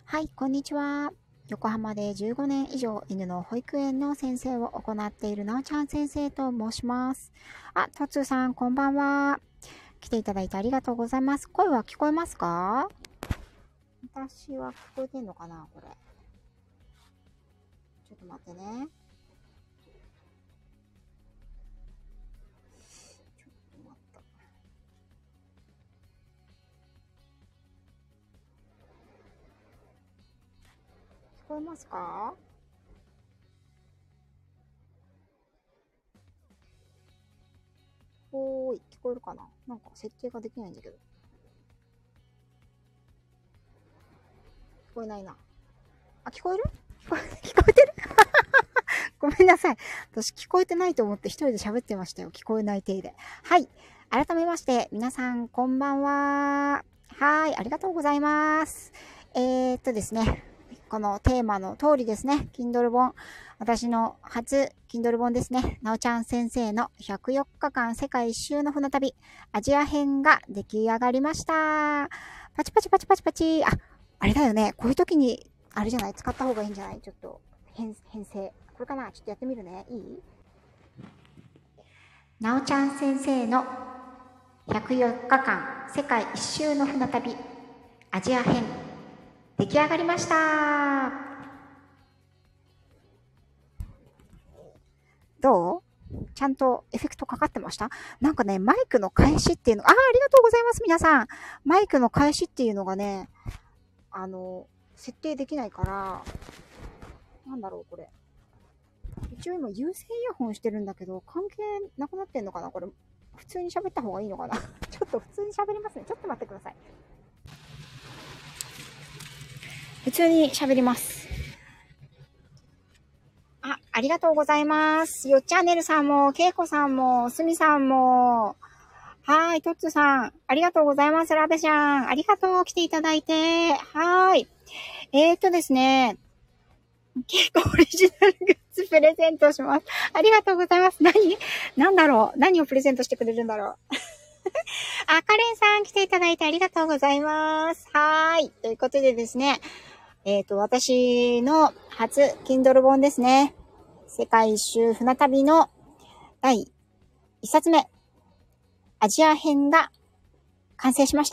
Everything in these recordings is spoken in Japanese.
はい、こんにちは。横浜で15年以上犬の保育園の先生を行っているなおちゃん先生と申します。あ、とつーさん、こんばんは。来ていただいてありがとうございます。声は聞こえますか？私は聞こえてんのかなこれ。ちょっと待ってね。ちょっと待った。聞こえますか？おーい、聞こえるかな？なんか設定ができないんだけど。聞こえないな。あ、聞こえる？聞こえてる？ごめんなさい。私聞こえてないと思って一人で喋ってましたよ。聞こえない体で。はい。改めまして、皆さん、こんばんは。はい。ありがとうございます。ですね。このテーマの通りですね。Kindle 本。私の初 Kindle 本ですね。なおちゃん先生の104日間世界一周の船旅、アジア編が出来上がりました。パチパチパチパチパチ。あ、あれだよね。こういう時に、あれじゃない？使った方がいいんじゃない？ちょっと、編成。これかな？ちょっとやってみるね。いい？なおちゃん先生の104日間世界一周の船旅アジア編出来上がりました。どう？ちゃんとエフェクトかかってました？なんかね、マイクの返しっていうの、ありがとうございます、皆さん。マイクの返しっていうのがね、設定できないから、なんだろう、これ。一応今有線イヤホンしてるんだけど、関係なくなってんのかなこれ。普通に喋った方がいいのかなちょっと普通に喋りますね。ちょっと待ってください。普通に喋ります。ありがとうございます。よっちゃんねるさんも、けいこさんも、すみさんも、はい、とっつさん、ありがとうございます。ラベちゃん、ありがとう、来ていただいて。はい。ですね、結構オリジナルグッズプレゼントします。ありがとうございます。なんだろう？何をプレゼントしてくれるんだろう？カレンさん来ていただいてありがとうございます。はーい。ということでですね、私の初 Kindle 本ですね。世界一周船旅の第1冊目、アジア編が完成しました。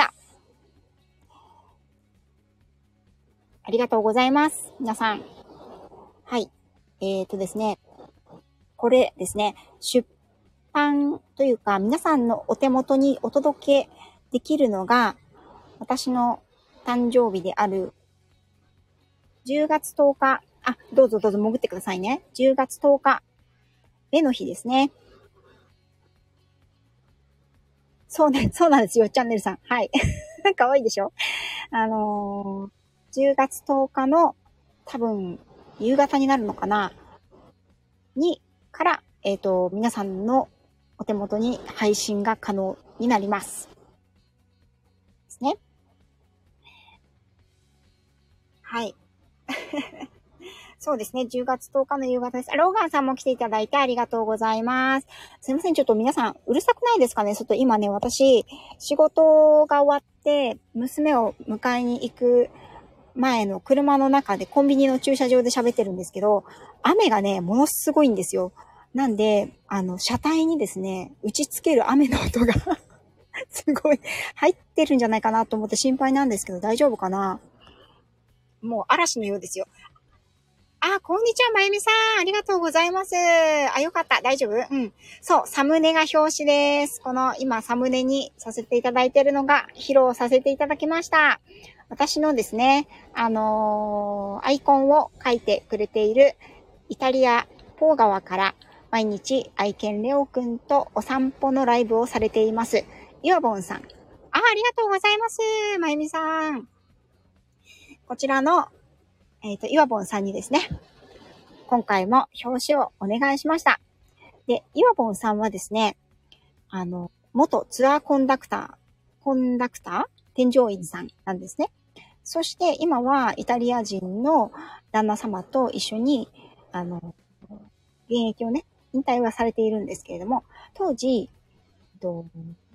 ありがとうございます。皆さん。はい。ですね、これですね、出版というか、皆さんのお手元にお届けできるのが、私の誕生日である10月10日、どうぞどうぞ潜ってくださいね。10月10日、目の日ですね。そうね、そうなんですよ、チャンネルさん。はい。かわいいでしょ？10月10日の多分、夕方になるのかなから、皆さんのお手元に配信が可能になります。ですね。はい。そうですね。10月10日の夕方です。ローガンさんも来ていただいてありがとうございます。すいません。ちょっと皆さん、うるさくないですかね？ちょっと今ね、私、仕事が終わって、娘を迎えに行く前の車の中でコンビニの駐車場で喋ってるんですけど、雨がね、ものすごいんですよ。なんで、車体にですね、打ち付ける雨の音がすごい入ってるんじゃないかなと思って心配なんですけど、大丈夫かな？もう嵐のようですよ。こんにちは、まゆみさん。ありがとうございます。よかった。大丈夫？うん。そう、サムネが表紙です。この、今、サムネにさせていただいているのが、披露させていただきました。私のですね、アイコンを書いてくれている、イタリア、ポー川から、毎日、愛犬レオくんとお散歩のライブをされています。イワボンさん。ありがとうございます。まゆみさん。こちらの、イワボンさんにですね、今回も表紙をお願いしました。で、イワボンさんはですね、元ツアーコンダクター添乗員さんなんですね。そして今はイタリア人の旦那様と一緒に、現役をね、引退はされているんですけれども、当時、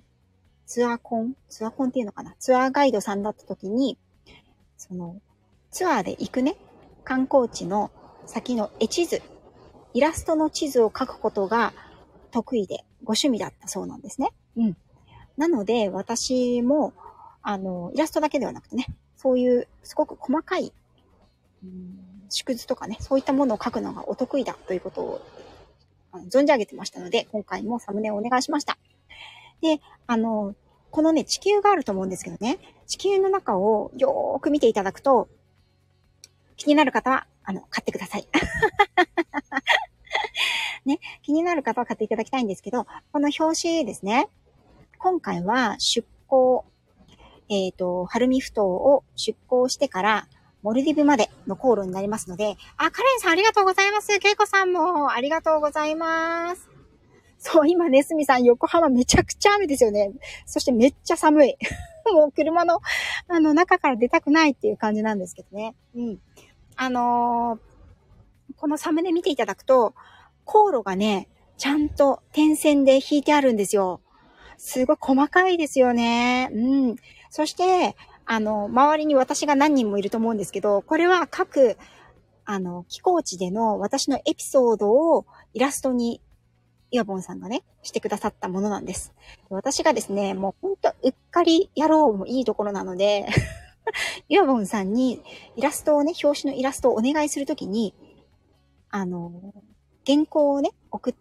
ツアーコンっていうのかな？ツアーガイドさんだった時に、 ツアーで行くね、観光地の先の絵地図、イラストの地図を描くことが得意でご趣味だったそうなんですね。うん。なので、私も、イラストだけではなくてね、そういうすごく細かい、縮図とかね、そういったものを描くのがお得意だということを存じ上げてましたので、今回もサムネをお願いしました。で、このね、地球があると思うんですけどね、地球の中をよーく見ていただくと、気になる方は、買ってください。ね、気になる方は買っていただきたいんですけど、この表紙ですね。今回は出港、ハルミフ島を出港してから、モルディブまでの航路になりますので、あ、カレンさんありがとうございます。ケイコさんもありがとうございます。そう、今ね、すみさん、横浜めちゃくちゃ雨ですよね。そしてめっちゃ寒い。もう車の、中から出たくないっていう感じなんですけどね。うん。このサムネ見ていただくと、航路がね、ちゃんと点線で引いてあるんですよ。すごい細かいですよね。うん。そして、周りに私が何人もいると思うんですけど、これは各、寄港地での私のエピソードをイラストに、イワボンさんがね、してくださったものなんです。私がですね、もうほんとうっかりやろうもいいところなので、イワボンさんにイラストをね、表紙のイラストをお願いするときに、原稿をね、送って、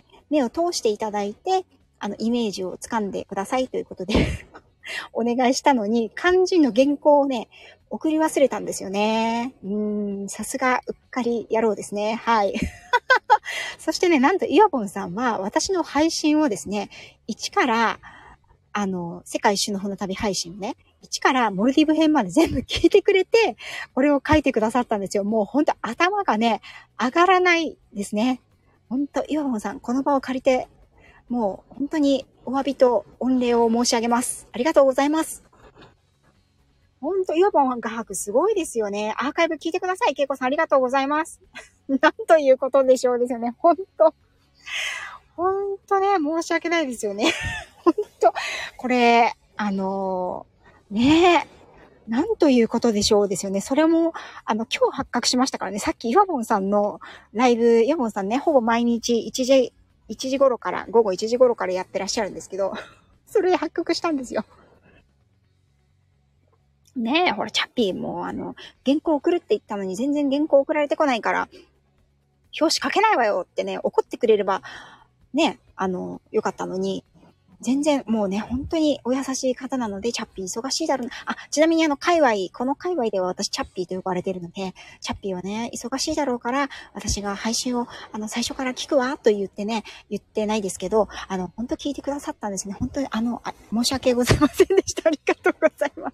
目を通していただいて、イメージをつかんでくださいということでお願いしたのに、漢字の原稿をね、送り忘れたんですよね。さすがうっかり野郎ですね。はい。そしてね、なんとイワボンさんは私の配信をですね、一から、世界一周の船旅配信をね、一からモルディブ編まで全部聞いてくれて、これを書いてくださったんですよ。もうほんと頭がね、上がらないですね。ほんと、イワボンさん、この場を借りて、もう本当にお詫びと御礼を申し上げます。ありがとうございます。ほんと、イワボン画伯すごいですよね。アーカイブ聞いてください。ケイコさんありがとうございます。なんということでしょうですよね。ほんとね、申し訳ないですよね。ほんと、これ、ねえ、なんということでしょうですよね。それも、今日発覚しましたからね。さっきイワボンさんのライブ、イワボンさんね、ほぼ毎日1時頃から、午後1時頃からやってらっしゃるんですけど、それで発覚したんですよ。ねえ、ほら、チャッピーも原稿送るって言ったのに全然原稿送られてこないから、表紙書けないわよってね、怒ってくれれば、ね、よかったのに、全然もうね、本当にお優しい方なので、チャッピー忙しいだろうな。あ、ちなみにこの界隈では私チャッピーと呼ばれているので、チャッピーはね、忙しいだろうから、私が配信を、最初から聞くわ、と言ってね、言ってないですけど、本当聞いてくださったんですね。本当に、申し訳ございませんでした。ありがとうございます。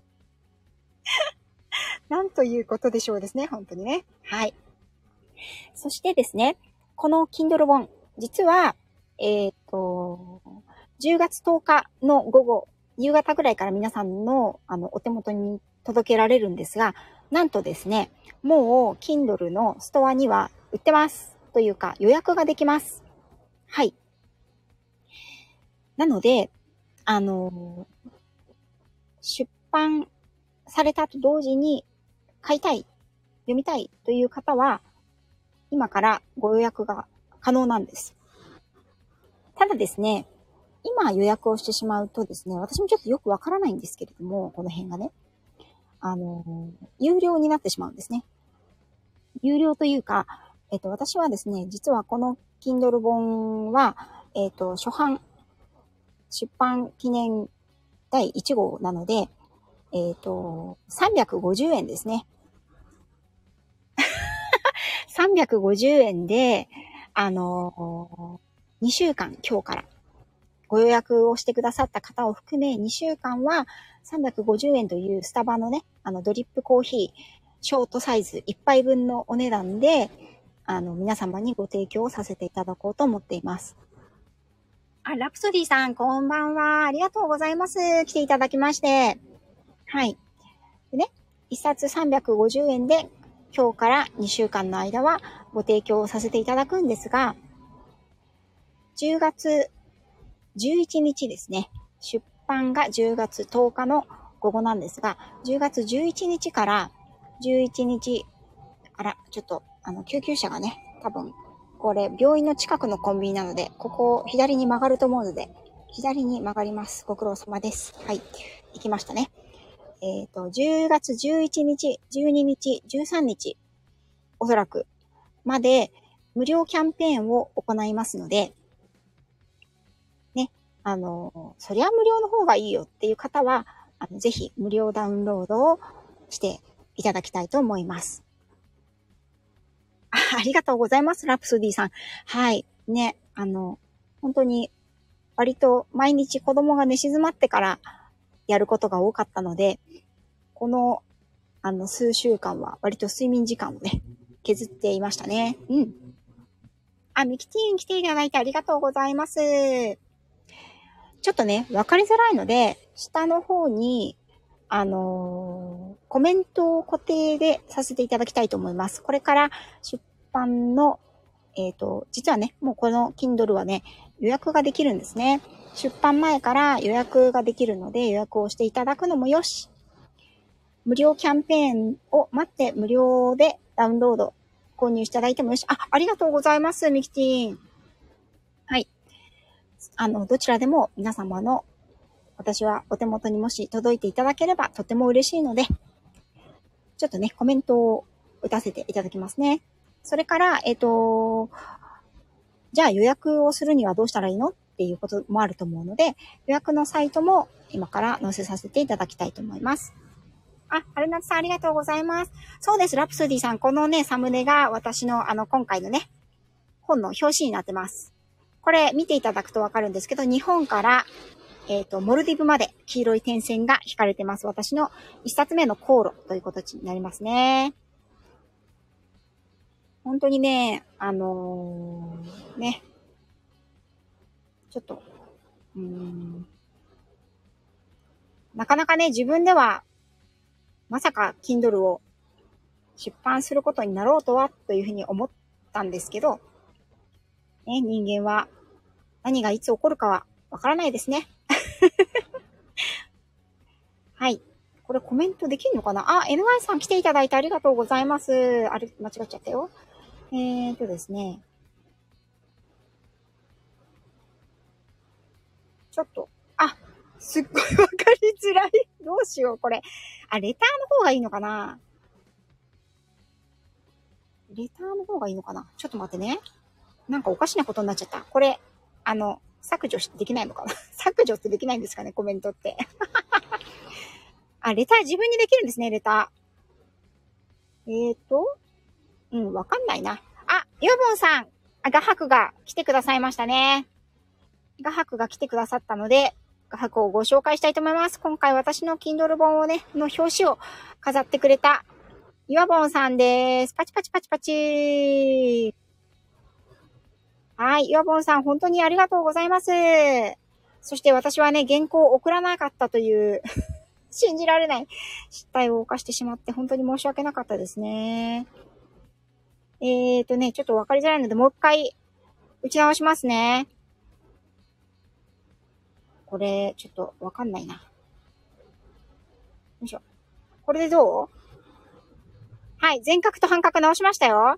なんということでしょうですね。本当にね。はい。そしてですね、この Kindle 本、実は、10月10日の午後、夕方ぐらいから皆さんの、お手元に届けられるんですが、なんとですね、もう Kindle のストアには売ってます。というか、予約ができます。はい。なので、出版されたと同時に買いたい、読みたいという方は、今からご予約が可能なんです。ただですね、今予約をしてしまうとですね、私もちょっとよくわからないんですけれども、この辺がね、有料になってしまうんですね。有料というか、私はですね、実はこの Kindle 本は、初版、出版記念第1号なので、350円ですね。350円で、2週間、今日からご予約をしてくださった方を含め、2週間は350円というスタバのね、ドリップコーヒー、ショートサイズ1杯分のお値段で、皆様にご提供させていただこうと思っています。あ、ラプソディさん、こんばんは。ありがとうございます。来ていただきまして。はい。でね、1冊350円で、今日から2週間の間はご提供させていただくんですが、10月11日ですね。出版が10月10日の午後なんですが、10月11日から 11日、ちょっと、救急車がね、多分、これ、病院の近くのコンビニなので、ここ、左に曲がると思うので、左に曲がります。ご苦労様です。はい。行きましたね。10月11日、12日、13日、おそらく、まで、無料キャンペーンを行いますので、ね、そりゃ無料の方がいいよっていう方は、ぜひ無料ダウンロードをしていただきたいと思います。ありがとうございます、ラプソディさん。はい。ね、本当に、割と毎日子供が寝静まってからやることが多かったので、この、数週間は割と睡眠時間をね、削っていましたね。うん。ミキティーン来ていただいてありがとうございます。ちょっとね、わかりづらいので、下の方に、コメントを固定でさせていただきたいと思います。これから出版の、実はね、もうこの Kindle はね、予約ができるんですね。出版前から予約ができるので、予約をしていただくのもよし、無料キャンペーンを待って無料でダウンロード購入していただいてもよし。ありがとうございます、ミキティーン。はい。どちらでも皆様の私はお手元にもし届いていただければとても嬉しいので、ちょっとね、コメントを打たせていただきますね。それから、じゃあ予約をするにはどうしたらいいのっていうこともあると思うので、予約のサイトも今から載せさせていただきたいと思います。春夏さんありがとうございます。そうです、ラプソディさん。このね、サムネが私の今回のね、本の表紙になってます。これ見ていただくとわかるんですけど、日本から、モルディブまで黄色い点線が引かれてます。私の一冊目の航路という形になりますね。本当にね、ね、ちょっと、なかなかね、自分では、まさか Kindle を出版することになろうとは、というふうに思ったんですけど、ね、人間は何がいつ起こるかはわからないですね。はい。これコメントできるのかな?NY さん来ていただいてありがとうございます。間違っちゃったよ。ですね。ちょっと、すっごいわかりづらい。どうしよう、これ。レターの方がいいのかな?レターの方がいいのかな?ちょっと待ってね。なんかおかしなことになっちゃった。これ、削除できないのかな削除ってできないんですかねコメントって。レター自分にできるんですね、レター。わかんないな。ヨボンさん、画伯が来てくださいましたね。画伯が来てくださったので、画伯をご紹介したいと思います。今回私の Kindle 本をね、の表紙を飾ってくれた、ヨボンさんです。パチパチパチパチ。はい、ヨボンさん、本当にありがとうございます。そして私はね、原稿を送らなかったという、信じられない失態を犯してしまって、本当に申し訳なかったですね。ちょっとわかりづらいので、もう一回、打ち直しますね。これ、ちょっとわかんないな。よいしょ。これでどう?はい、全角と半角直しましたよ。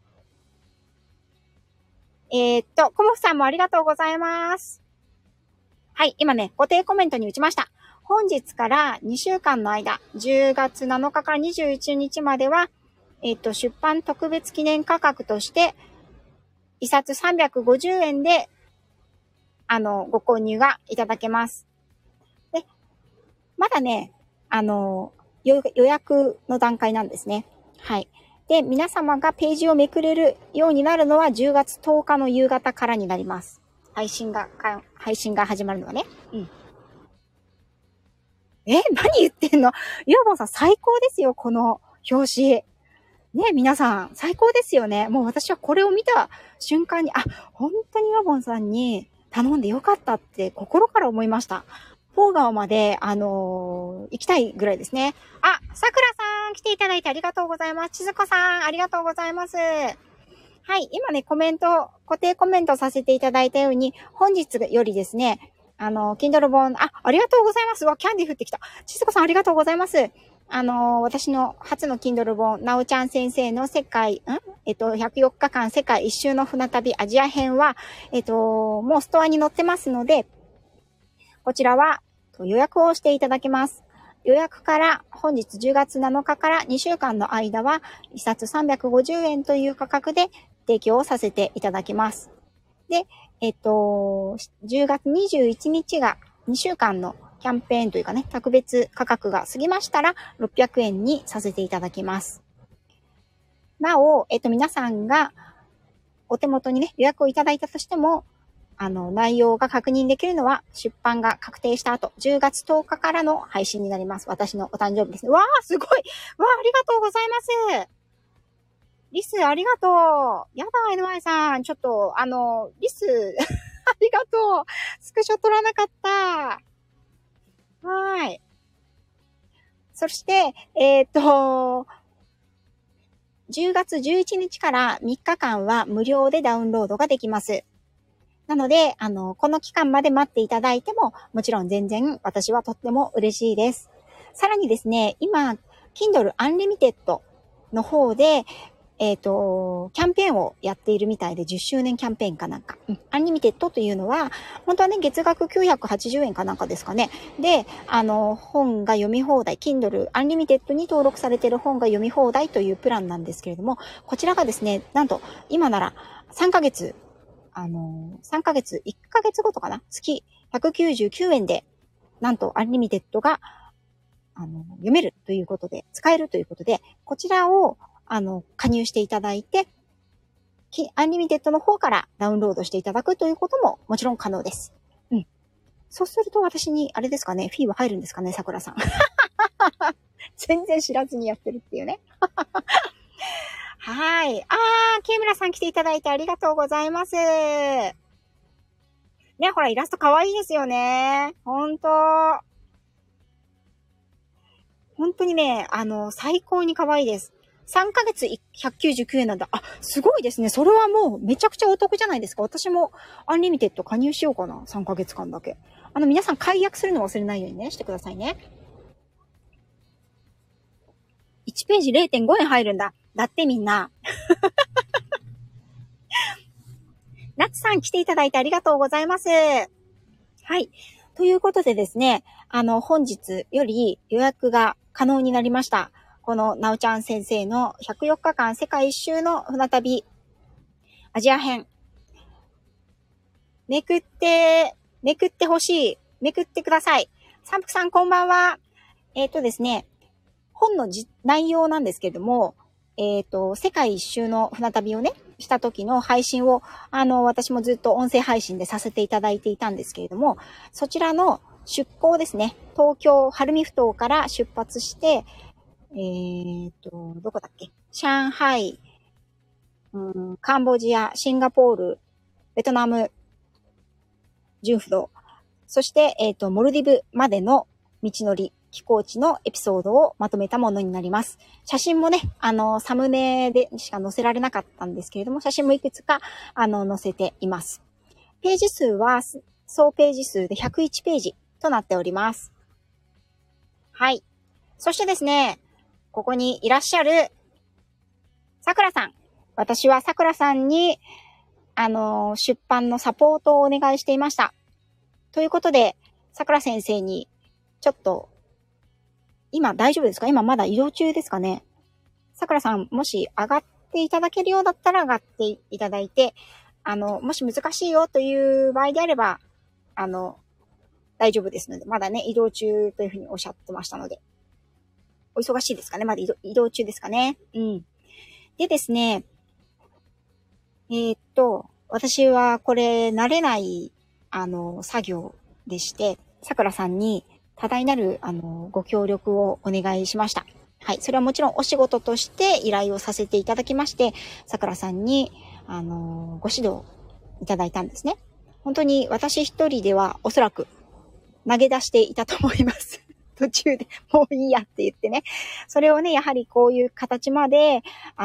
コモフさんもありがとうございます。はい、今ね、固定コメントに打ちました。本日から2週間の間、10月7日から21日までは、出版特別記念価格として、1冊350円で、ご購入がいただけます。で、まだね、予約の段階なんですね。はい。で、皆様がページをめくれるようになるのは10月10日の夕方からになります。配信が始まるのはね。うん。何言ってんの?ユーボンさん最高ですよ、この表紙。ね、皆さん最高ですよね。もう私はこれを見た瞬間に、本当にユーボンさんに頼んでよかったって心から思いました。フォーガオまで、行きたいぐらいですね。さくらさん来ていただいてありがとうございます。ちずこさんありがとうございます。はい、今ね、固定コメントさせていただいたように、本日よりですね、Kindle 本、ありがとうございます。キャンディー降ってきた。ちずこさんありがとうございます。 私の初の Kindle 本、なおちゃん先生の104日間世界一周の船旅アジア編は、もうストアに載ってますので、こちらは予約をしていただけます。予約から本日10月7日から2週間の間は1冊350円という価格で提供させていただきます。で、10月21日が2週間のキャンペーンというかね、特別価格が過ぎましたら600円にさせていただきます。なお、皆さんがお手元にね、予約をいただいたとしても、内容が確認できるのは出版が確定した後、10月10日からの配信になります。私のお誕生日ですね。わー、すごい。わー、ありがとうございます。リス、ありがとう。やだ、NY さん。ちょっと、リス、ありがとう。スクショ撮らなかった。はーい。そして、10月11日から3日間は無料でダウンロードができます。なので、この期間まで待っていただいても、もちろん全然私はとっても嬉しいです。さらにですね、今、Kindle Unlimited の方で、キャンペーンをやっているみたいで、10周年キャンペーンかなんか。アンリミテッドというのは、本当はね、月額980円かなんかですかね。で、本が読み放題、Kindle Unlimited に登録されている本が読み放題というプランなんですけれども、こちらがですね、なんと、今なら3ヶ月、1ヶ月ごとかな月199円で、なんとアンリミテッドが、読めるということで、使えるということで、こちらを、加入していただいて、アンリミテッドの方からダウンロードしていただくということももちろん可能です。うん。そうすると私に、あれですかね、フィーは入るんですかね、桜さん。全然知らずにやってるっていうね。はい。ケイムラさん来ていただいてありがとうございます。ね、ほら、イラスト可愛いですよね。本当にね、最高に可愛いです。3ヶ月199円なんだ。すごいですね。それはもうめちゃくちゃお得じゃないですか。私もアンリミテッド加入しようかな。3ヶ月間だけ。皆さん解約するの忘れないようにね、してくださいね。1ページ 0.5 円入るんだ。だってみんな。ナツさん来ていただいてありがとうございます。はい。ということでですね、本日より予約が可能になりました。このなおちゃん先生の104日間世界一周の船旅アジア編。めくってほしい。めくってください。三福さんこんばんは。ですね、本の内容なんですけれども、世界一周の船旅をね、した時の配信を、私もずっと音声配信でさせていただいていたんですけれども、そちらの出港ですね、東京晴海ふ頭から出発して、どこだっけ？上海、カンボジア、シンガポール、ベトナム、ジュンフド、そして、モルディブまでの道のり、寄港地のエピソードをまとめたものになります。写真もね、サムネでしか載せられなかったんですけれども、写真もいくつか、載せています。ページ数は、総ページ数で101ページとなっております。はい。そしてですね、ここにいらっしゃる、さくらさん。私はさくらさんに、出版のサポートをお願いしていました。ということで、さくら先生に、ちょっと、今大丈夫ですか？今まだ移動中ですかね？さくらさん、もし上がっていただけるようだったら上がっていただいて、もし難しいよという場合であれば、大丈夫ですので、まだね、移動中というふうにおっしゃってましたので。お忙しいですかね？まだ移動中ですかね？うん。でですね、私はこれ慣れない、作業でして、さくらさんに多大なる、ご協力をお願いしました。はい。それはもちろんお仕事として依頼をさせていただきまして、さくらさんに、ご指導いただいたんですね。本当に私一人ではおそらく投げ出していたと思います。途中でもういいやって言ってね。それをね、やはりこういう形まで、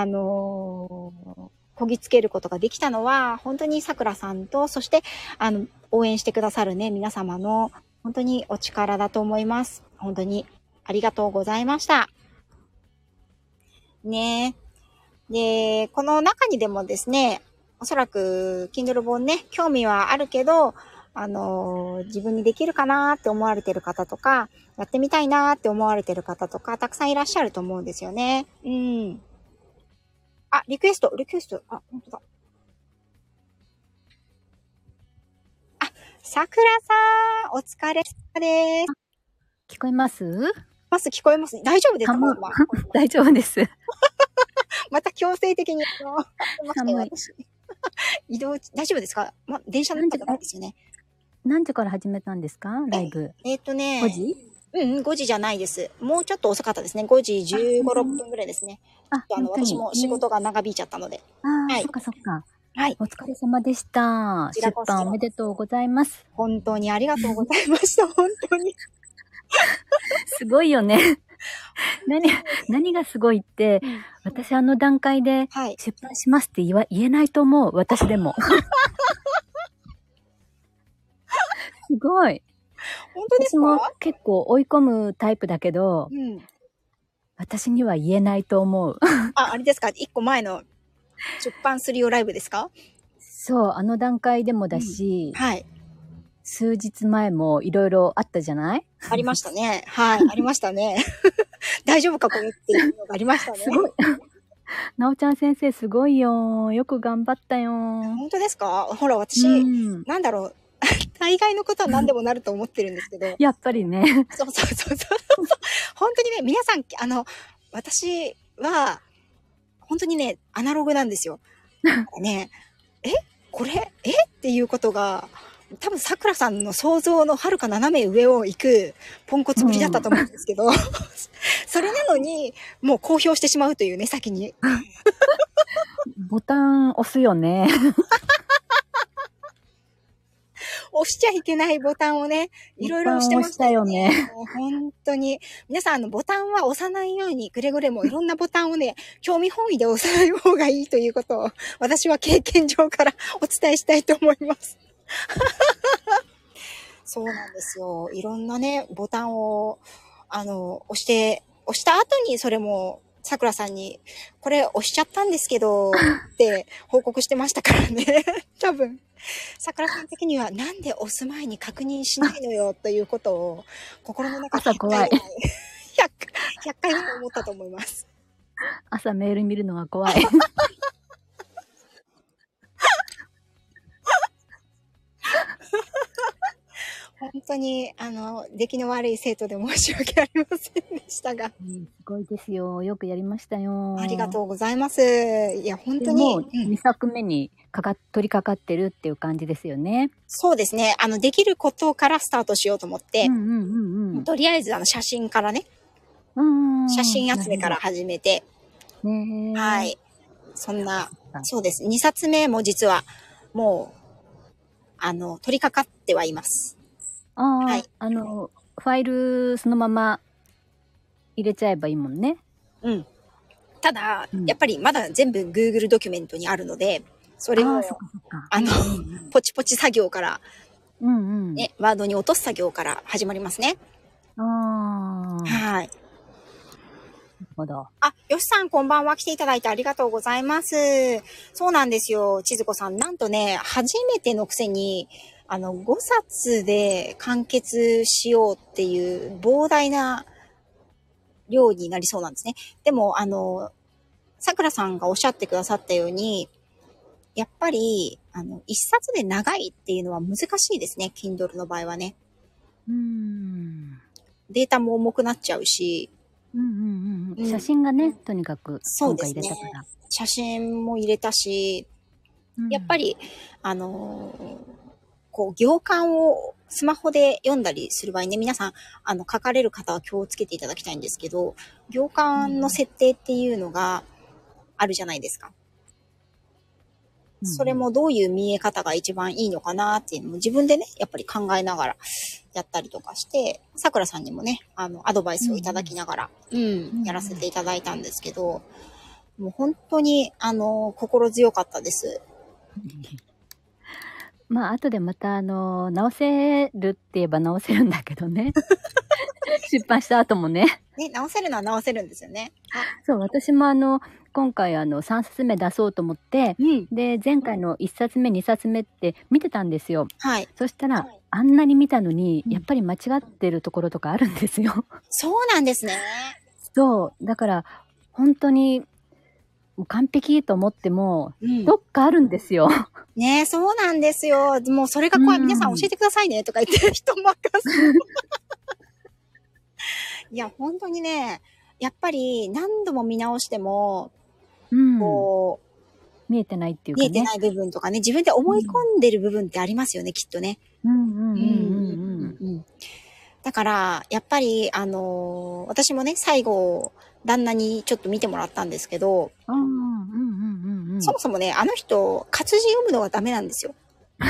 こぎつけることができたのは、本当にさくらさんと、そして、応援してくださるね、皆様の、本当にお力だと思います。本当にありがとうございました。 ね。で、この中にでもですね、おそらく Kindle 本ね、興味はあるけど、自分にできるかなって思われてる方とか、やってみたいなって思われてる方とか、たくさんいらっしゃると思うんですよね。うん。あ、リクエスト。あ、本当だ。あ、さくらさん、お疲れ様です。 聞こえます？ 聞こえます。大丈夫ですか？ 大丈夫です。 また強制的にましたよ、 寒い。 私。移動、大丈夫ですか？電車の中じゃないですよね。 何時から始めたんですか？ライブ。5時？ 5時じゃないです。もうちょっと遅かったですね。5時15、6分ぐらいですね。私も仕事が長引いちゃったので。 はい。そっか。 はい。 お疲れ様でした。出版おめでとうございます。 本当にありがとうございました。本当に。 すごいよね。何がすごいって、私段階で出版しますって言えないと思う。私でも。すごい。 本当ですか？ 私も結構追い込むタイプだけど、私には言えないと思う。 あれですか？一個前の出版するよライブですか？ そう、段階でもだし、 はい。 数日前もいろいろあったじゃない？ ありましたね。はい、ありましたね。大丈夫かこれっていうのがありましたね。 すごい。なおちゃん先生すごいよ。よく頑張ったよ。 本当ですか？ほら、私、なんだろう。大概のことは何でもなると思ってるんですけど。 やっぱりね。 そう。本当にね、皆さん、私は、本当にね、アナログなんですよ。ね、これっていうことが、多分桜さんの想像の遥か斜め上を行くポンコツぶりだったと思うんですけど、それなのに、もう公表してしまうというね、先に。 ボタン押すよね。 押しちゃいけないボタンをね、いろいろ押してましたよね。もう本当に。皆さん、ボタンは押さないように、くれぐれもいろんなボタンをね、興味本位で押さない方がいいということを、私は経験上からお伝えしたいと思います。そうなんですよ。いろんなね、ボタンを、押した後にそれも、桜さんに、これ押しちゃったんですけど、って報告してましたからね。多分。桜さん的には、なんで押す前に確認しないのよ、ということを、心の中で100回ぐらい思ったと思います。 朝メール見るのが怖い。 本当に、出来の悪い生徒で申し訳ありませんでしたが。 すごいですよ。よくやりましたよ。 ありがとうございます。いや、本当に。 もう2作目に取り掛かってるっていう感じですよね。 そうですね。できることからスタートしようと思って、とりあえず写真からね。写真集めから始めて。はい。そんな、そうです。2冊目も実は、もう、取り掛かってはいます。 はい。ファイルそのまま入れちゃえばいいもんね。 ただ、やっぱりまだ全部 Google ドキュメントにあるので、それを、ポチポチ作業から、ね、ワードに落とす作業から始まりますね。はい。 なるほど。 よしさんこんばんは。来ていただいてありがとうございます。そうなんですよ。千鶴子さん。なんとね、初めてのくせに、5冊で完結しようっていう膨大な量になりそうなんですね。でも、桜さんがおっしゃってくださったように、やっぱり、一冊で長いっていうのは難しいですね。Kindle の場合はね。データも重くなっちゃうし。 写真がね、とにかく今回入れたから。 写真も入れたし、やっぱり、行間をスマホで読んだりする場合ね、皆さん、書かれる方は気をつけていただきたいんですけど、行間の設定っていうのがあるじゃないですか。それもどういう見え方が一番いいのかなっていうのも自分でね、やっぱり考えながらやったりとかして、桜さんにもね、アドバイスをいただきながら、やらせていただいたんですけど、もう本当に、心強かったです。 まあ、後でまた、直せるって言えば直せるんだけどね。 出版した後もね。 ね、直せるのは直せるんですよね。 そう、私も今回3冊目出そうと思って、で、前回の1冊目、2冊目って見てたんですよ。 はい。 そしたら、あんなに見たのに、やっぱり間違ってるところとかあるんですよ。 そうなんですね。 そう。だから、本当に、もう完璧と思っても、どっかあるんですよ。 ねえ、そうなんですよ。もうそれが怖い。皆さん教えてくださいねとか言ってる人もいや、本当にね、やっぱり何度も見直しても、こう、見えてないっていうかね。見えてない部分とかね、自分で思い込んでる部分ってありますよね、きっとね。だから、やっぱり、私もね、最後、旦那にちょっと見てもらったんですけど、そもそもね、あの人、活字読むのがダメなんですよ。だ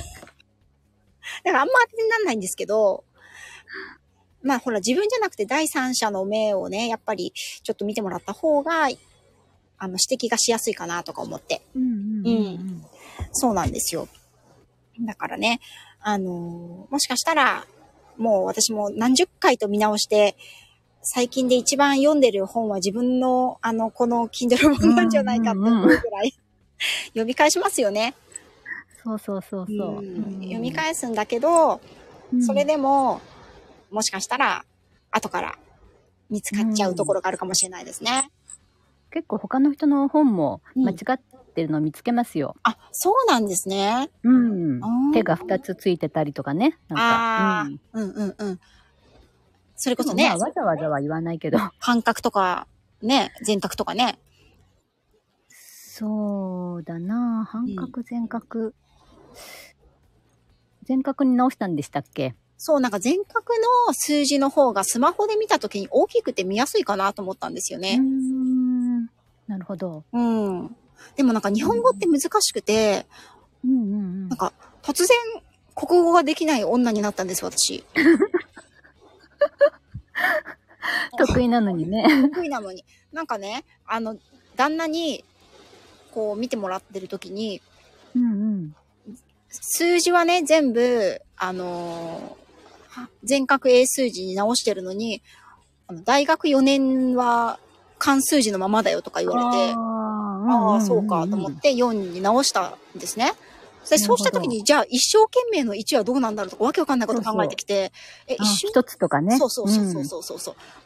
からあんま当てにならないんですけど、まあほら自分じゃなくて第三者の目をね、やっぱりちょっと見てもらった方が、指摘がしやすいかなとか思って。そうなんですよ。だからね、もしかしたら、もう私も何十回と見直して、最近で一番読んでる本は自分の、この Kindle 本なんじゃないかって思うぐらい、読み返しますよね。 そうそうそうそう。 読み返すんだけど、それでも、もしかしたら、後から見つかっちゃうところがあるかもしれないですね。 結構他の人の本も間違ってるのを見つけますよ。 あ、そうなんですね。 手が2つついてたりとかね。なんか、それこそね。 わざわざは言わないけど。 半角とか、ね、全角とかね。 そうだな、半角、全角。全角に直したんでしたっけ？ そう、なんか全角の数字の方がスマホで見たときに大きくて見やすいかなと思ったんですよね。 なるほど。 でもなんか日本語って難しくて、なんか突然国語ができない女になったんです、私。 得意なのにね。 得意なのに。なんかね、旦那に、こう見てもらってるときに、数字はね、全部、全角英数字に直してるのに、大学4年は漢数字のままだよとか言われて、ああ、そうかと思って4に直したんですね。そうしたときに、じゃあ一生懸命の1はどうなんだろうとかわけわかんないこと考えてきて、 一つとかね。 そう。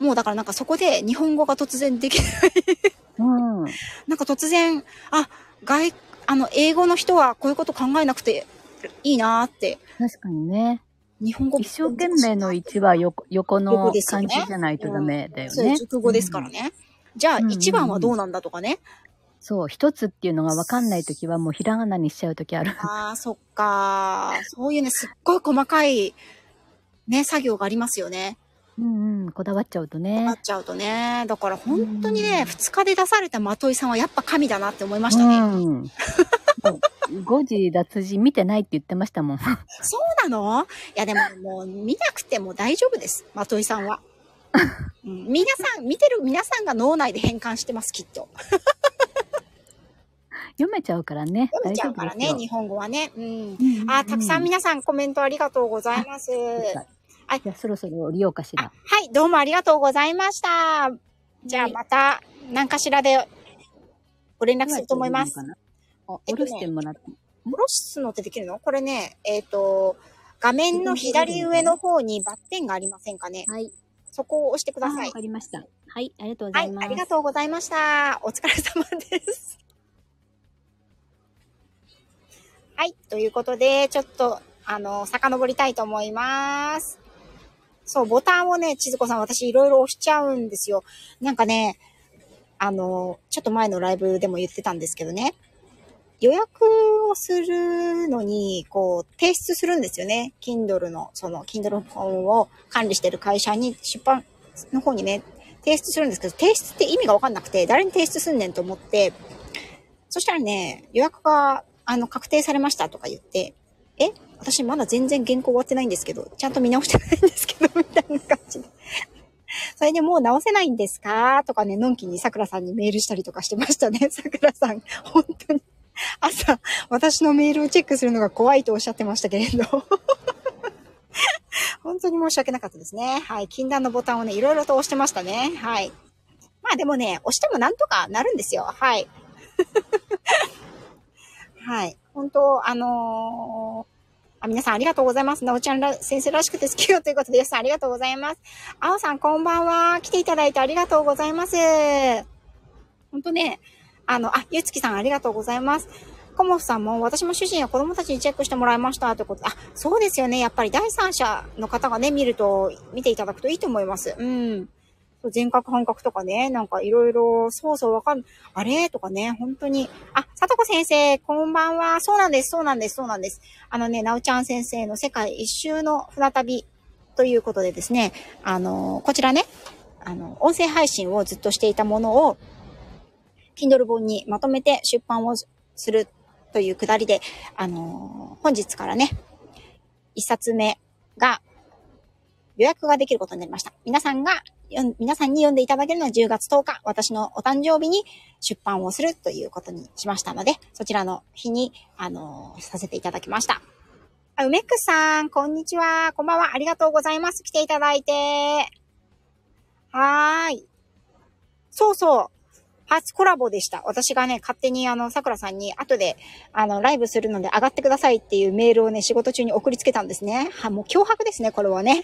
もうだからなんかそこで日本語が突然できない。なんか突然、英語の人はこういうこと考えなくていいなーって。 確かにね。 日本語一生懸命の1は横の漢字じゃないとダメだよね。 そう、熟語ですからね。じゃあ1番はどうなんだとかね。 そう、一つっていうのが分かんないときはもうひらがなにしちゃうときある。 ああ、そっか。そういうね、すっごい細かい、ね、作業がありますよね。 こだわっちゃうとね。 こだわっちゃうとね。だから本当にね、2日で出されたまといさんはやっぱ神だなって思いましたね。 誤字脱字見てないって言ってましたもん。 そうなの？いやでももう見なくても大丈夫です。まといさんは。見てる皆さんが脳内で変換してます、きっと。 読めちゃうからね。 読めちゃうからね、日本語はね。たくさん皆さんコメントありがとうございます。 じゃあそろそろ降りようかしら。 はい、どうもありがとうございました。じゃあまた何かしらでご連絡すると思います。 下ろしてもらって。 下ろすのってできるの？これね、画面の左上の方にバッテンがありませんかね？はい。そこを押してください。 わかりました。はい、ありがとうございます。 はい、ありがとうございました。お疲れ様です。はい、ということで、ちょっと、遡りたいと思います。そう、ボタンをね、千鶴子さん、私いろいろ押しちゃうんですよ。なんかね、ちょっと前のライブでも言ってたんですけどね、予約をするのに、こう、提出するんですよね。Kindle の、Kindle 本を管理してる会社に、出版の方にね、提出するんですけど、提出って意味がわかんなくて、誰に提出すんねんと思って、そしたらね、予約が、確定されましたとか言って、私まだ全然原稿終わってないんですけど、ちゃんと見直してないんですけど、みたいな感じで。それでもう直せないんですかとかね、のんきにさくらさんにメールしたりとかしてましたね。さくらさん、本当に。朝、私のメールをチェックするのが怖いとおっしゃってましたけれど。 本当に申し訳なかったですね。はい。禁断のボタンをね、いろいろと押してましたね。はい。まあでもね、押してもなんとかなるんですよ。はい。はい。本当、皆さんありがとうございます。なおちゃん先生らしくて好きよということで、よしさんありがとうございます。あおさんこんばんは。来ていただいてありがとうございます。本当ね、ゆつきさんありがとうございます。コモフさんも、私も主人や子供たちにチェックしてもらいましたということで、そうですよね。やっぱり第三者の方がね、見ていただくといいと思います。うん。全角半角とかね、なんかいろいろ、そうわかん、あれとかね、本当に。さとこ先生、こんばんは。そうなんです。なおちゃん先生の世界一周の船旅ということでですね、こちらね、音声配信をずっとしていたものを、Kindle 本にまとめて出版をするというくだりで、本日からね、一冊目が予約ができることになりました。皆さんに読んでいただけるのは10月10日、私のお誕生日に出版をするということにしましたので、そちらの日に、させていただきました。梅くさん、こんにちは。こんばんは。ありがとうございます。来ていただいて。はーい。そう。初コラボでした。私がね、勝手に桜さんに後で、ライブするので上がってくださいっていうメールをね、仕事中に送りつけたんですね。もう脅迫ですね、これはね。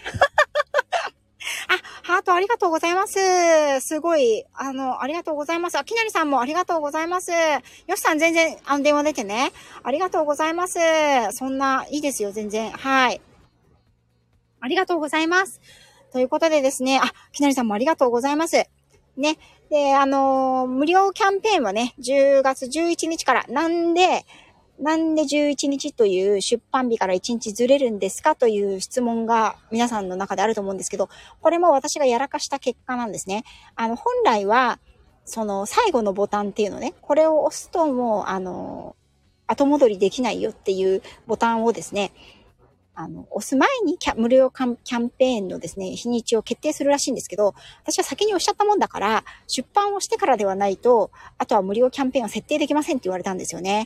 ハートありがとうございます。すごい、ありがとうございます。きなりさんもありがとうございます。よしさん全然、電話出てね。ありがとうございます。そんな、いいですよ、全然。はい。ありがとうございます。ということでですね、きなりさんもありがとうございます。ね。で、無料キャンペーンはね、10月11日から、なんで11日という出版日から1日ずれるんですかという質問が皆さんの中であると思うんですけど、これも私がやらかした結果なんですね。本来は、その最後のボタンっていうのね、これを押すともう、後戻りできないよっていうボタンをですね、押す前に無料キャンペーンのですね、日にちを決定するらしいんですけど、私は先に押しちゃったもんだから、出版をしてからではないと、あとは無料キャンペーンは設定できませんって言われたんですよね。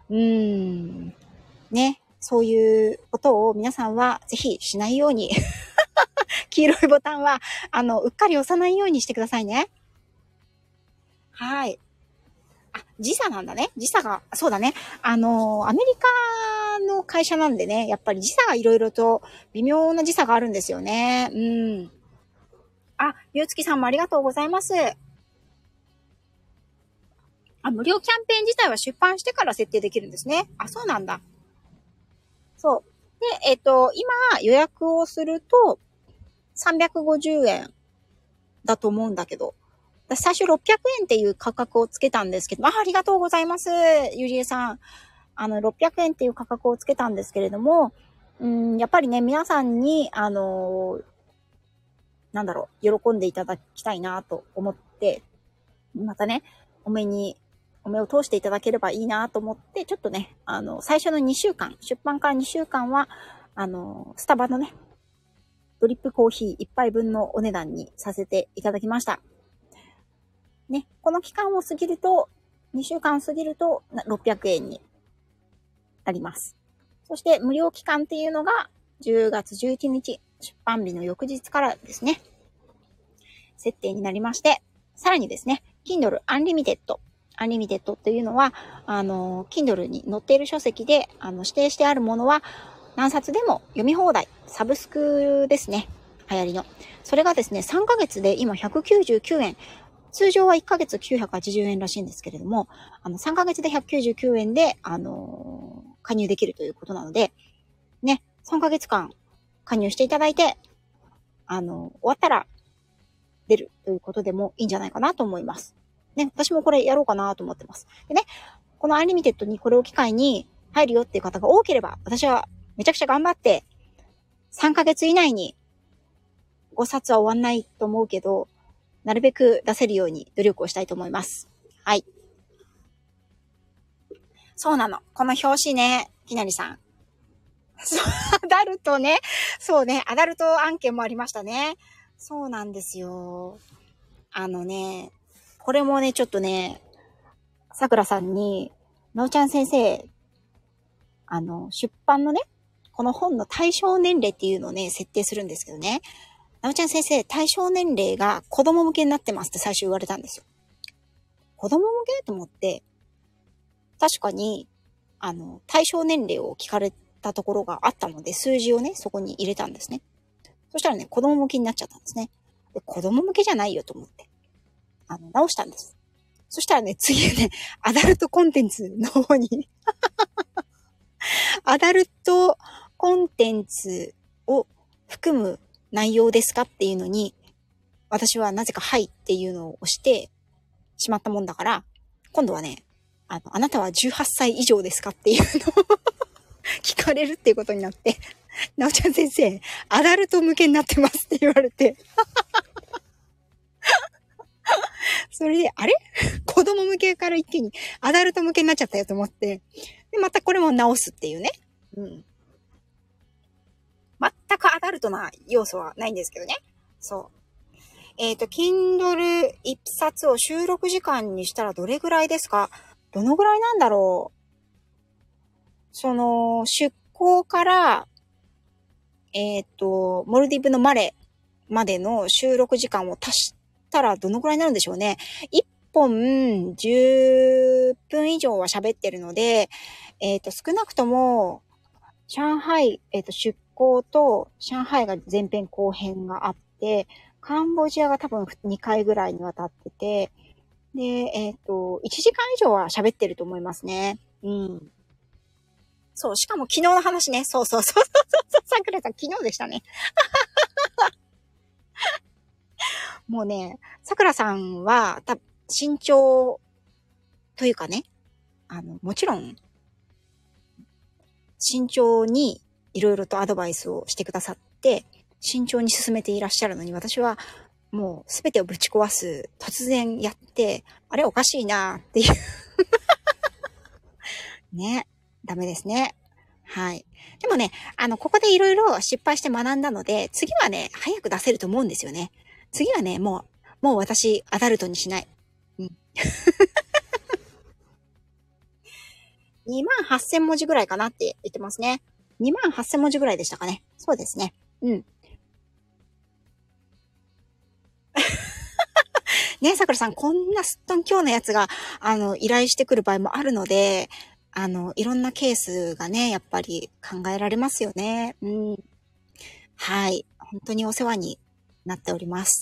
ね。そういうことを皆さんはぜひしないように、黄色いボタンは、うっかり押さないようにしてくださいね。はい。時差なんだね。時差が、そうだね。アメリカの会社なんでね、やっぱり時差がいろいろと微妙な時差があるんですよね。ゆうつきさんもありがとうございます。無料キャンペーン自体は出版してから設定できるんですね。そうなんだ。そう。で、今予約をすると350円だと思うんだけど、私最初600円っていう価格をつけたんですけど、ありがとうございます。ゆりえさん。600円っていう価格をつけたんですけれども、やっぱりね、皆さんに、喜んでいただきたいなと思って、またね、お目を通していただければいいなと思って、ちょっとね、最初の2週間、出版から2週間は、スタバのね、ドリップコーヒー1杯分のお値段にさせていただきました。ね、この期間を過ぎると、2週間過ぎると600円になります。そして無料期間っていうのが10月11日、出版日の翌日からですね、設定になりまして、さらにですね、Kindle Unlimited っていうのは、Kindle に載っている書籍で、指定してあるものは何冊でも読み放題、サブスクですね、流行りの。それがですね、3ヶ月で今199円。通常は1ヶ月980円らしいんですけれども、3ヶ月で199円で、加入できるということなので、ね、3ヶ月間加入していただいて、終わったら出るということでもいいんじゃないかなと思います。ね、私もこれやろうかなと思ってます。でね、このアンリミテッドにこれを機会に入るよっていう方が多ければ、私はめちゃくちゃ頑張って、3ヶ月以内に5冊は終わんないと思うけど、なるべく出せるように努力をしたいと思います。はい。そうなの。この表紙ね、きなりさん。アダルトね。そうね、アダルト案件もありましたね。そうなんですよ。これもね、ちょっとね、さくらさんに、なおちゃん先生、出版のね、 この本の対象年齢っていうのをね、設定するんですけどね。なおちゃん先生、対象年齢が子供向けになってますって最初言われたんですよ。子供向けと思って、確かに、対象年齢を聞かれたところがあったので、数字をね、そこに入れたんですね。そしたらね、子供向けになっちゃったんですね。で、子供向けじゃないよと思って、直したんです。そしたらね、次ね、アダルトコンテンツの方にアダルトコンテンツを含む内容ですかっていうのに、私はなぜかはいっていうのを押してしまったもんだから、今度はね、あなたは18歳以上ですかっていうのを聞かれるっていうことになって、なおちゃん先生、アダルト向けになってますって言われて、それで、あれ子供向けから一気にアダルト向けになっちゃったよと思って、で、またこれも直すっていうね。うん。全くアダルトな要素はないんですけどね。そう。Kindle 一冊を収録時間にしたらどれぐらいですか？どのぐらいなんだろう？出港から、モルディブのマレまでの収録時間を足したらどのぐらいになるんでしょうね。1本10分以上は喋ってるので、少なくとも、上海、出港と上海が前編後編があって、カンボジアが多分2回ぐらいにわたってて、で、1時間以上は喋ってると思いますね。うん。そう、しかも昨日の話ね。そう。さくらさん昨日でしたね。もうね、さくらさんは、身長というかね、もちろん、慎重にいろいろとアドバイスをしてくださって、慎重に進めていらっしゃるのに、私はもうすべてをぶち壊す、突然やって、あれおかしいなっていう。ね。ダメですね。はい。でもね、ここでいろいろ失敗して学んだので、次はね、早く出せると思うんですよね。次はね、もう私、アダルトにしない。うん。28,000文字ぐらいかなって言ってますね。28,000文字ぐらいでしたかね。そうですね。うん。ね、さくらさん、こんなすっとんきょうなやつが、依頼してくる場合もあるので、いろんなケースがね、やっぱり考えられますよね。うん。はい。本当にお世話になっております。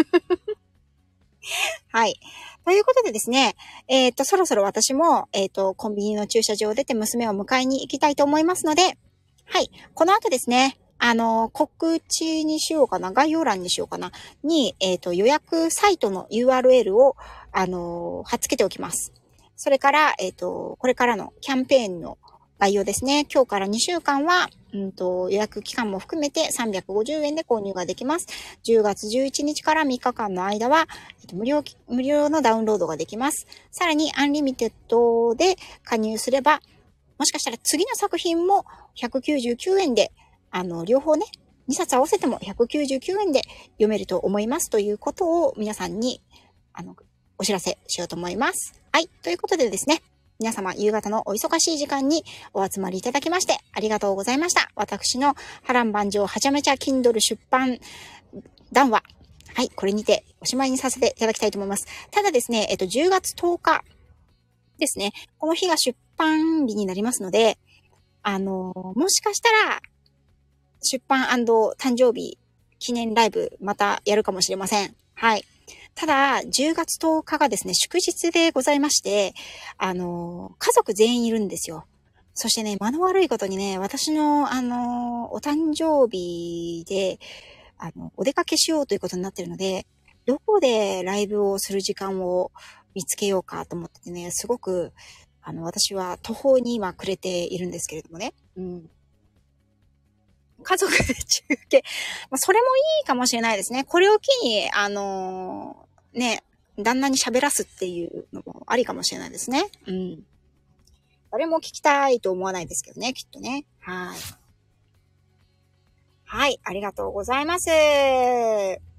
はい。ということでですね、そろそろ私も、コンビニの駐車場を出て娘を迎えに行きたいと思いますので、はい。この後ですね、告知にしようかな、概要欄にしようかな、に、予約サイトの URL を、貼っ付けておきます。それから、これからのキャンペーンの概要ですね。今日から2週間は、予約期間も含めて350円で購入ができます。10月11日から3日間の間は、無料のダウンロードができます。さらに、アンリミテッドで加入すれば、もしかしたら次の作品も199円で、両方ね、2冊合わせても199円で読めると思いますということを皆さんに、お知らせしようと思います。はい。ということでですね、皆様夕方のお忙しい時間にお集まりいただきましてありがとうございました。私の波乱万丈はちゃめちゃ Kindle 出版談話。はい。これにておしまいにさせていただきたいと思います。ただですね、10月10日ですね。この日が出版日になりますので、もしかしたら、出版&誕生日記念ライブまたやるかもしれません。はい。ただ、10月10日がですね、祝日でございまして、家族全員いるんですよ。そしてね、間の悪いことにね、私の、お誕生日で、お出かけしようということになっているので、どこでライブをする時間を見つけようかと思っててね、すごく、私は途方に今暮れているんですけれどもね。うん。家族で中継。それもいいかもしれないですね。これを機に、ね、旦那に喋らすっていうのもありかもしれないですね。うん。誰も聞きたいと思わないですけどね、きっとね。はい。はい、ありがとうございます。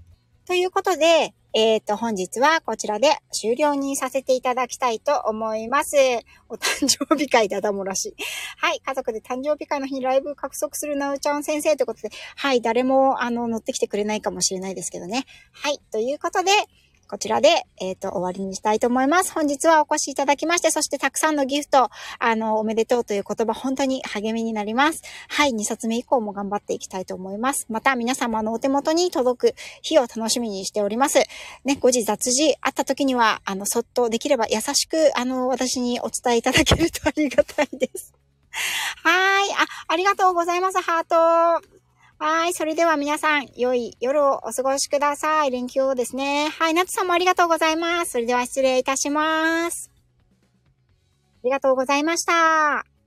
ということで、本日はこちらで終了にさせていただきたいと思います。お誕生日会だだ漏らし。はい、家族で誕生日会の日にライブ獲得するなうちゃん先生ということで、はい、誰も乗ってきてくれないかもしれないですけどね。はい、ということで、こちらで、終わりにしたいと思います。本日はお越しいただきまして、そしてたくさんのギフト、おめでとうという言葉、本当に励みになります。はい、2冊目以降も頑張っていきたいと思います。また、皆様のお手元に届く日を楽しみにしております。ね、誤字雑字あった時には、そっとできれば優しく、私にお伝えいただけるとありがたいです。はい、ありがとうございます、ハート。はい。それでは皆さん、良い夜をお過ごしください。連休をですね。はい。ナツさんもありがとうございます。それでは失礼いたします。ありがとうございました。